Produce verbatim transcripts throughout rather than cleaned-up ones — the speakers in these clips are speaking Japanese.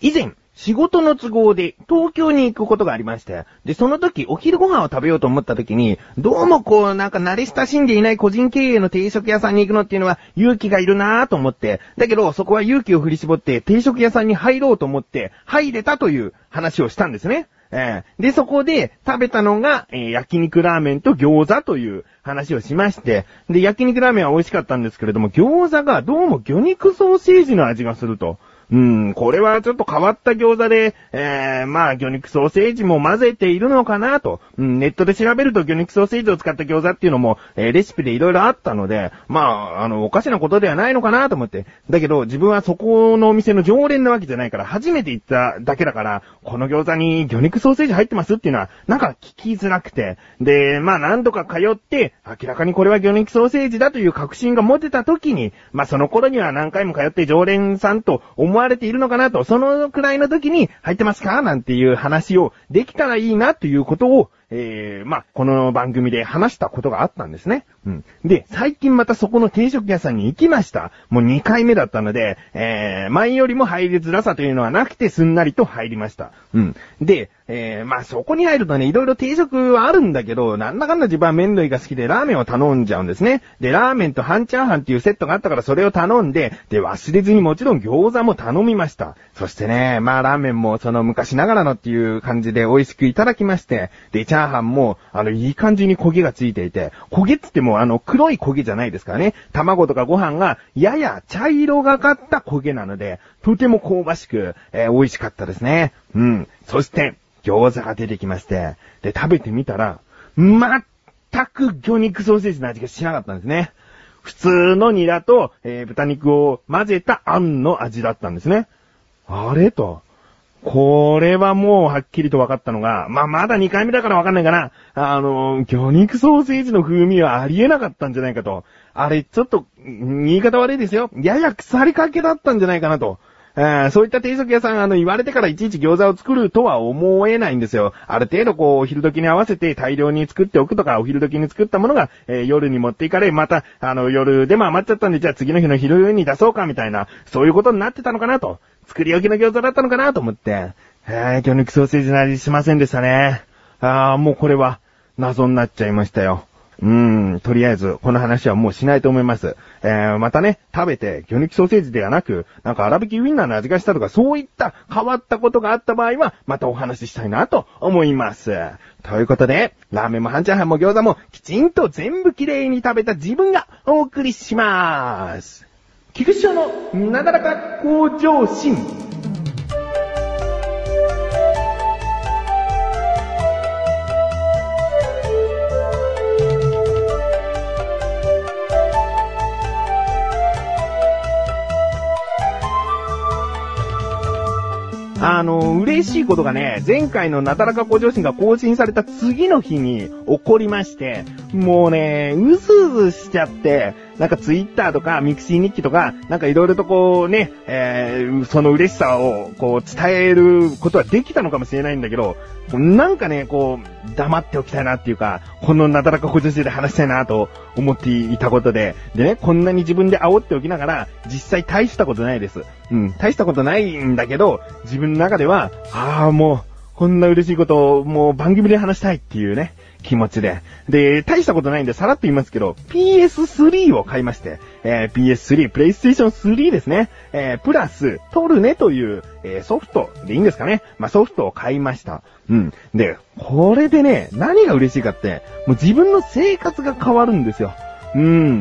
以前、仕事の都合で東京に行くことがありまして、で、その時お昼ご飯を食べようと思った時に、どうもこうなんか慣れ親しんでいない個人経営の定食屋さんに行くのっていうのは勇気がいるなぁと思って、だけどそこは勇気を振り絞って定食屋さんに入ろうと思って入れたという話をしたんですね。えー、で、そこで食べたのが、えー、焼肉ラーメンと餃子という話をしまして、で、焼肉ラーメンは美味しかったんですけれども、餃子がどうも魚肉ソーセージの味がすると。うん、これはちょっと変わった餃子で、えー、まあ魚肉ソーセージも混ぜているのかなと、うん、ネットで調べると魚肉ソーセージを使った餃子っていうのも、えー、レシピでいろいろあったので、まあ、あの、おかしなことではないのかなと思って。だけど、自分はそこのお店の常連なわけじゃないから、初めて行っただけだから、この餃子に魚肉ソーセージ入ってますっていうのは、なんか聞きづらくて。で、まあ何度か通って、明らかにこれは魚肉ソーセージだという確信が持てた時に、まあその頃には何回も通って常連さんと思われているのかなと、そのくらいの時に入ってますかなんていう話をできたらいいなということを、えー、まあ、この番組で話したことがあったんですね。うん。で、最近またそこの定食屋さんに行きました。もうにかいめだったので、えー、前よりも入りづらさというのはなくてすんなりと入りました。うん。で、えー、まあ、そこに入るとね、いろいろ定食はあるんだけど、なんだかんだ自分は麺類が好きでラーメンを頼んじゃうんですね。で、ラーメンと半チャーハンっていうセットがあったからそれを頼んで、で、忘れずにもちろん餃子も頼みました。そしてね、まあ、ラーメンもその昔ながらのっていう感じで美味しくいただきまして、で、チャーハンも、あの、いい感じに焦げがついていて、焦げっつってもあの、黒い焦げじゃないですからね。卵とかご飯がやや茶色がかった焦げなので、とても香ばしく、えー、美味しかったですね。うん。そして、餃子が出てきまして、で、食べてみたら、全く魚肉ソーセージの味がしなかったんですね。普通のニラと、えー、豚肉を混ぜたあんの味だったんですね。あれと。これはもうはっきりと分かったのが、まあ、まだにかいめだから分かんないかな。あの、魚肉ソーセージの風味はありえなかったんじゃないかと。あれ、ちょっと、言い方悪いですよ。やや腐りかけだったんじゃないかなと。えー、そういった定食屋さん、あの、言われてからいちいち餃子を作るとは思えないんですよ。ある程度こう、お昼時に合わせて大量に作っておくとか、お昼時に作ったものが、えー、夜に持っていかれ、また、あの、夜でも余っちゃったんで、じゃあ次の日の昼に出そうか、みたいな、そういうことになってたのかなと。作り置きの餃子だったのかなと思って、えー、魚肉ソーセージの味しませんでしたね。あー、もうこれは、謎になっちゃいましたよ。うーん、とりあえず、この話はもうしないと思います。えー、またね、食べて、魚肉ソーセージではなく、なんか粗挽きウインナーの味がしたとか、そういった変わったことがあった場合は、またお話ししたいなと思います。ということで、ラーメンも半チャーハンも餃子も、きちんと全部きれいに食べた自分がお送りします。菊池のなだらか向上心。あの、嬉しいことがね、前回のなだらか向上心が更新された次の日に起こりまして、もうね、うずうずしちゃって、なんかツイッターとかミクシー日記とか、なんかいろいろとこうね、えー、その嬉しさをこう伝えることはできたのかもしれないんだけど、なんかね、こう、黙っておきたいなっていうか、このなだらか向上心で話したいなと思っていたことで、でね、こんなに自分で煽っておきながら、実際大したことないです。うん、大したことないんだけど、自分の中では、ああ、もう、こんな嬉しいことをもう番組で話したいっていうね、気持ちで。で、大したことないんでさらっと言いますけど、ピーエススリー を買いまして、えー、ピーエススリー、プレイステーションスリーですね。えー、プラス、トルネという、えー、ソフトでいいんですかね。まあ、ソフトを買いました。うん。で、これでね、何が嬉しいかって、もう自分の生活が変わるんですよ。うん。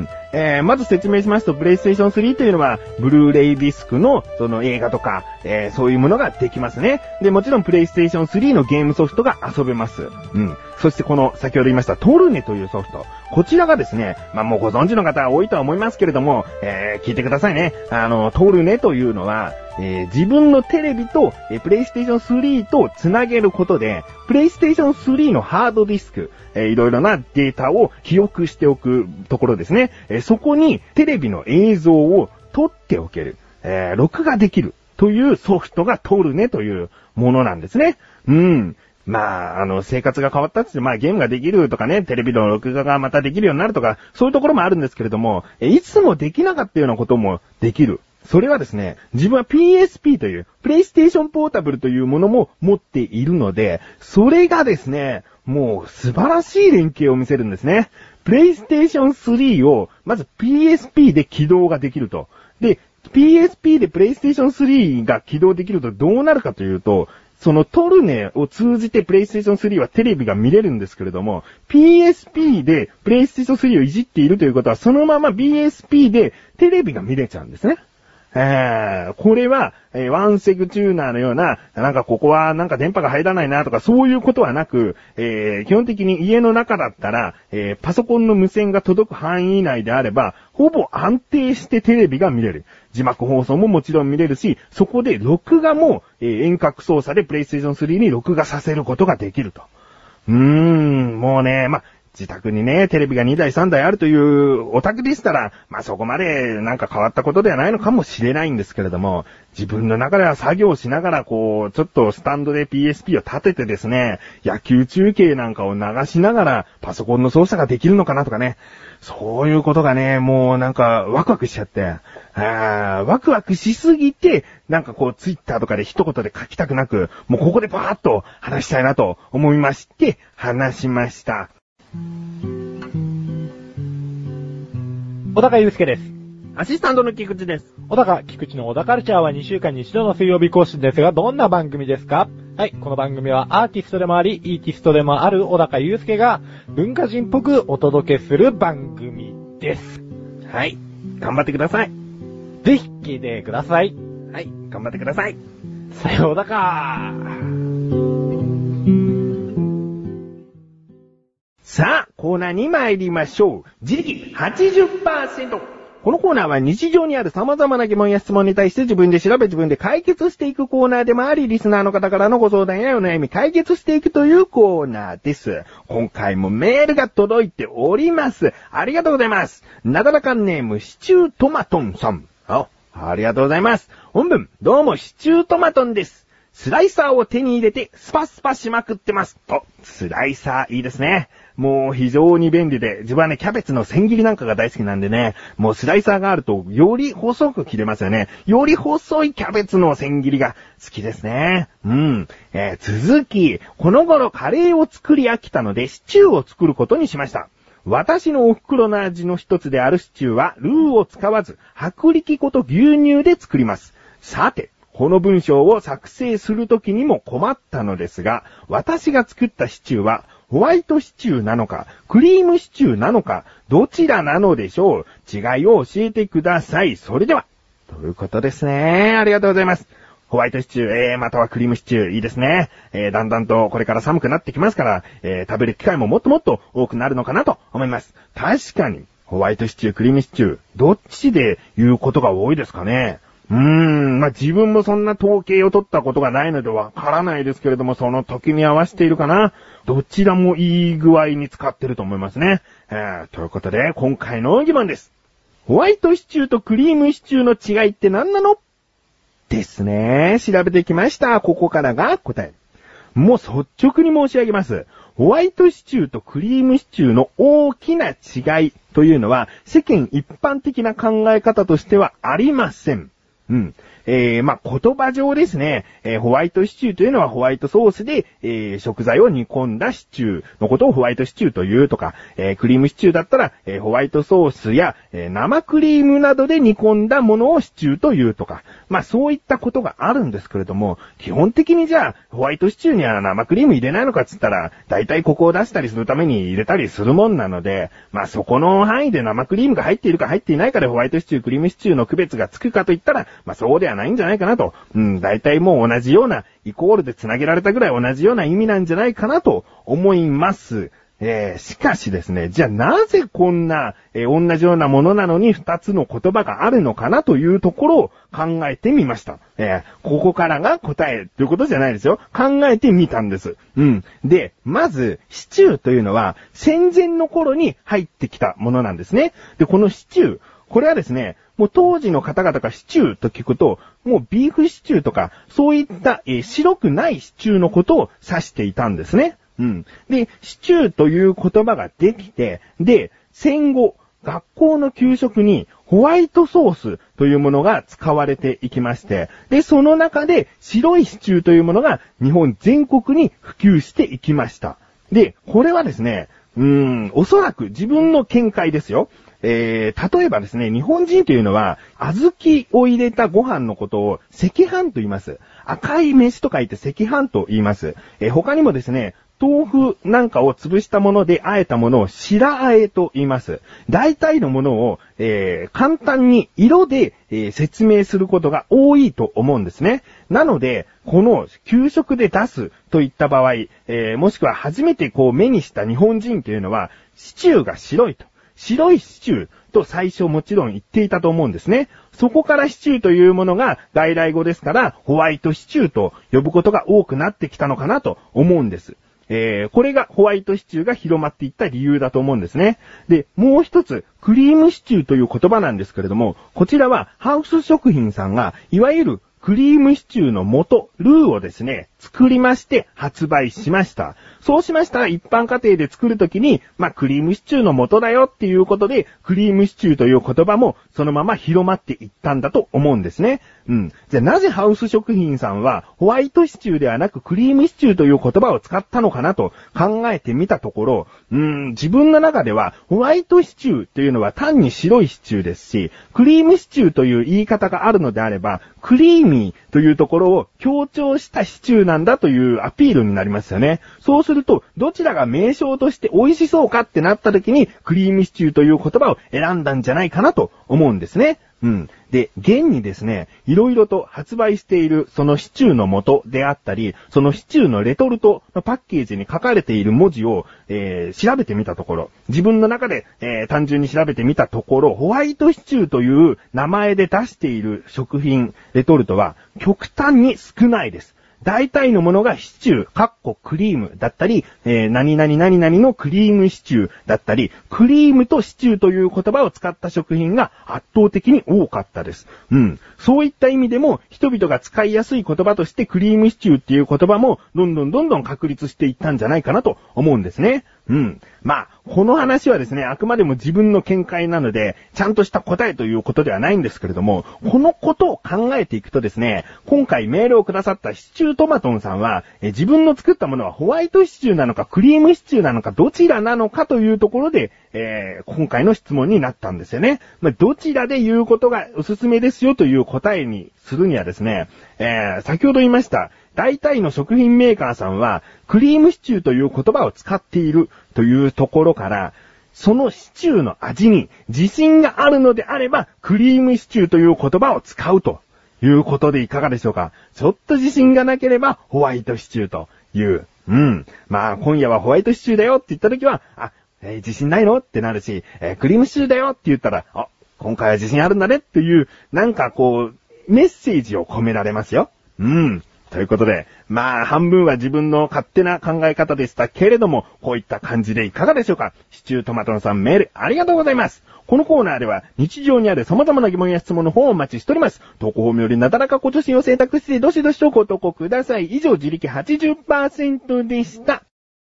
えー、まず説明しますと、プレイステーションスリーというのは、ブルーレイディスクの、その映画とか、えー、そういうものができますね。で、もちろんプレイステーションスリーのゲームソフトが遊べます。うん。そしてこの、先ほど言いました、トルネというソフト。こちらがですね、まあ、もうご存知の方は多いとは思いますけれども、えー、聞いてくださいね。あの、トルネというのは、えー、自分のテレビと、えー、プレイステーションスリーとつなげることで、プレイステーションスリーのハードディスク、えー、いろいろなデータを記憶しておくところですね。えー、そこにテレビの映像を撮っておける、えー、録画できるというソフトがトルネというものなんですね。うん。まあ、あの、生活が変わったって、まあ、ゲームができるとかね、テレビの録画がまたできるようになるとか、そういうところもあるんですけれども、いつもできなかったようなこともできるそれはですね、自分は ピーエスピー という、プレイステーションポータブルというものも持っているので、それがですね、もう素晴らしい連携を見せるんですね。プレイステーションスリーを、まず ピーエスピー で起動ができると。で、ピーエスピー でプレイステーションスリーが起動できるとどうなるかというと、そのトルネを通じてプレイステーションスリーはテレビが見れるんですけれども、ピーエスピー でプレイステーションスリーをいじっているということは、そのまま ビーエスピー でテレビが見れちゃうんですね。えー、これは、えー、ワンセグチューナーのような、なんかここはなんか電波が入らないなとかそういうことはなく、えー、基本的に家の中だったら、えー、パソコンの無線が届く範囲内であれば、ほぼ安定してテレビが見れる。字幕放送ももちろん見れるし、そこで録画も、えー、遠隔操作でプレイステーションスリーに録画させることができると。うーん、もうね、ま、自宅にね、テレビがにだいさんだいあるというオタクでしたら、まあ、そこまでなんか変わったことではないのかもしれないんですけれども、自分の中では作業しながらこう、ちょっとスタンドで ピーエスピー を立ててですね、野球中継なんかを流しながらパソコンの操作ができるのかなとかね、そういうことがね、もうなんかワクワクしちゃって、あワクワクしすぎて、なんかこうツイッターとかで一言で書きたくなく、もうここでバーッと話したいなと思いまして、話しました。 小高祐介です。 アシスタントの菊池です。 小高、菊池の小高カルチャーはにしゅうかんに一度の水曜日更新ですが、どんな番組ですか？はい、この番組はアーティストでもあり、イーティストでもある小高祐介が文化人っぽくお届けする番組です。 はい、頑張ってください。 ぜひ聞いてください。 はい、頑張ってください。 さようだかさあ、コーナーに参りましょう。自力 はちじゅっパーセント。このコーナーは日常にある様々な疑問や質問に対して自分で調べ自分で解決していくコーナーでもあり、リスナーの方からのご相談やお悩み解決していくというコーナーです。今回もメールが届いております。ありがとうございます。なだらかネームシチュートマトンさん。あ、ありがとうございます。本文、どうもシチュートマトンです。スライサーを手に入れてスパスパしまくってます。お、スライサーいいですね。もう非常に便利で、自分はね、キャベツの千切りなんかが大好きなんでね、もうスライサーがあるとより細く切れますよね。より細いキャベツの千切りが好きですね。うん。えー、続き、この頃カレーを作り飽きたのでシチューを作ることにしました。私のお袋の味の一つであるシチューはルーを使わず、薄力粉と牛乳で作ります。さて、この文章を作成するときにも困ったのですが、私が作ったシチューはホワイトシチューなのか、クリームシチューなのか、どちらなのでしょう。違いを教えてください。それでは。ということですね。ありがとうございます。ホワイトシチュー、えー、またはクリームシチュー、いいですね。えー、だんだんとこれから寒くなってきますから、えー、食べる機会ももっともっと多くなるのかなと思います。確かに、ホワイトシチュー、クリームシチュー、どっちで言うことが多いですかね。うーん、まあ、自分もそんな統計を取ったことがないのでわからないですけれども、その時に合わせているかな。どちらもいい具合に使ってると思いますね。えー、ということで、今回の疑問です。ホワイトシチューとクリームシチューの違いって何なの？ですね。調べてきました。ここからが答え。もう率直に申し上げます。ホワイトシチューとクリームシチューの大きな違いというのは、世間一般的な考え方としてはありません。うん。えー、まあ、言葉上ですね、えー、ホワイトシチューというのはホワイトソースで、えー、食材を煮込んだシチューのことをホワイトシチューというとか、えー、クリームシチューだったら、えー、ホワイトソースや、えー、生クリームなどで煮込んだものをシチューというとか、まあ、そういったことがあるんですけれども、基本的にじゃあ、ホワイトシチューには生クリーム入れないのかっつったら、大体ここを出したりするために入れたりするもんなので、まあ、そこの範囲で生クリームが入っているか入っていないかでホワイトシチュー、クリームシチューの区別がつくかといったら、まあ、そうではないんじゃないかなと。うん、大体もう同じような、イコールで繋げられたぐらい同じような意味なんじゃないかなと思います。えー、しかしですね、じゃあなぜこんな、えー、同じようなものなのに二つの言葉があるのかなというところを考えてみました。えー、ここからが答えということじゃないですよ。考えてみたんです。うん。で、まず、シチューというのは戦前の頃に入ってきたものなんですね。で、このシチュー、これはですね、もう当時の方々がシチューと聞くと、もうビーフシチューとか、そういった、えー、白くないシチューのことを指していたんですね。うん。で、シチューという言葉ができて、で、戦後、学校の給食にホワイトソースというものが使われていきまして、で、その中で白いシチューというものが日本全国に普及していきました。で、これはですね、うーん、おそらく自分の見解ですよ。えー、例えばですね、日本人というのは、小豆を入れたご飯のことを赤飯と言います。赤い飯と書いて赤飯と言います。えー、他にもですね、豆腐なんかを潰したもので和えたものを白和えと言います。大体のものを、えー、簡単に色で、えー、説明することが多いと思うんですね。なので、この給食で出すといった場合、えー、もしくは初めてこう目にした日本人というのは、シチューが白いと。白いシチューと最初もちろん言っていたと思うんですね。そこからシチューというものが外来語ですからホワイトシチューと呼ぶことが多くなってきたのかなと思うんです。えー、これがホワイトシチューが広まっていった理由だと思うんですね。で、もう一つ、クリームシチューという言葉なんですけれども、こちらはハウス食品さんがいわゆるクリームシチューの素、ルーをですね、作りまして発売しました。そうしましたら一般家庭で作るときに、まあ、クリームシチューの素だよっていうことで、クリームシチューという言葉もそのまま広まっていったんだと思うんですね。うん。じゃあなぜハウス食品さんはホワイトシチューではなくクリームシチューという言葉を使ったのかなと考えてみたところ、うーん、自分の中ではホワイトシチューというのは単に白いシチューですし、クリームシチューという言い方があるのであれば、クリーミーというところを強調したシチューなんだというアピールになりますよね。そうすると、どちらが名称として美味しそうかってなった時に、クリームシチューという言葉を選んだんじゃないかなと思うんですね。うん。で、現にですね、いろいろと発売しているそのシチューの素であったり、そのシチューのレトルトのパッケージに書かれている文字を、えー、調べてみたところ、自分の中で、えー、単純に調べてみたところ、ホワイトシチューという名前で出している食品、レトルトは極端に少ないです。大体のものがシチュー、カッコクリームだったり、えー、何々何々のクリームシチューだったり、クリームとシチューという言葉を使った食品が圧倒的に多かったです。うん。そういった意味でも、人々が使いやすい言葉としてクリームシチューっていう言葉も、どんどんどんどん確立していったんじゃないかなと思うんですね。うん。まあ、この話はですね、あくまでも自分の見解なので、ちゃんとした答えということではないんですけれども、このことを考えていくとですね、今回メールをくださったシチュートマトンさんは、え自分の作ったものはホワイトシチューなのかクリームシチューなのかどちらなのかというところで、えー、今回の質問になったんですよね。まあ、どちらで言うことがおすすめですよという答えにするにはですね、えー、先ほど言いました、大体の食品メーカーさんは、クリームシチューという言葉を使っているというところから、そのシチューの味に自信があるのであれば、クリームシチューという言葉を使うということでいかがでしょうか。ちょっと自信がなければ、ホワイトシチューという。うん。まあ、今夜はホワイトシチューだよって言ったときは、あ、えー、自信ないのってなるし、えー、クリームシチューだよって言ったら、あ、今回は自信あるんだねっていう、なんかこう、メッセージを込められますよ。うん。ということで、まあ、半分は自分の勝手な考え方でしたけれども、こういった感じでいかがでしょうか。シチュートマトンさんメールありがとうございます。このコーナーでは日常にある様々な疑問や質問の方をお待ちしております。投稿フォームよりなだらか小女子を選択してどしどしとご投稿ください。以上、自力 はちじゅっパーセント でした。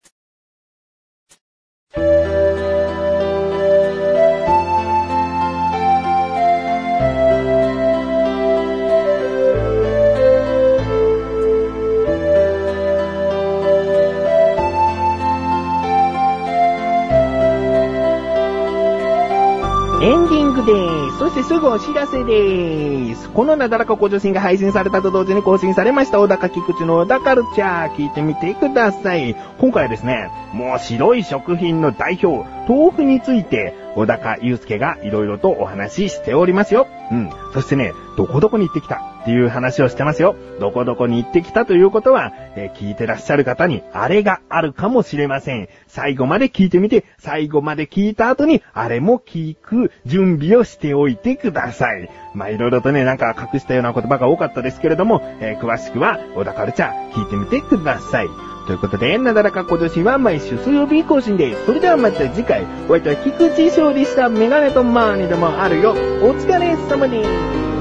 エンディングでーす。そしてすぐお知らせでーす。このなだらか向上心が配信されたと同時に更新されました小高菊池の小高カルチャー聞いてみてください。今回はですね、もう白い食品の代表、豆腐について小高祐介がいろいろとお話ししておりますよ。うん。そしてね、どこどこに行ってきたっていう話をしてますよ。どこどこに行ってきたということは、えー、聞いてらっしゃる方にあれがあるかもしれません。最後まで聞いてみて、最後まで聞いた後にあれも聞く準備をしておいてください。まあいろいろとね、なんか隠したような言葉が多かったですけれども、えー、詳しくは小田カルチャー聞いてみてください。ということで、なだらか今年は毎週水曜日更新です。それではまた次回、お会いいたい菊池翔でした。メガネとマーニでもあるよ。お疲れ様です。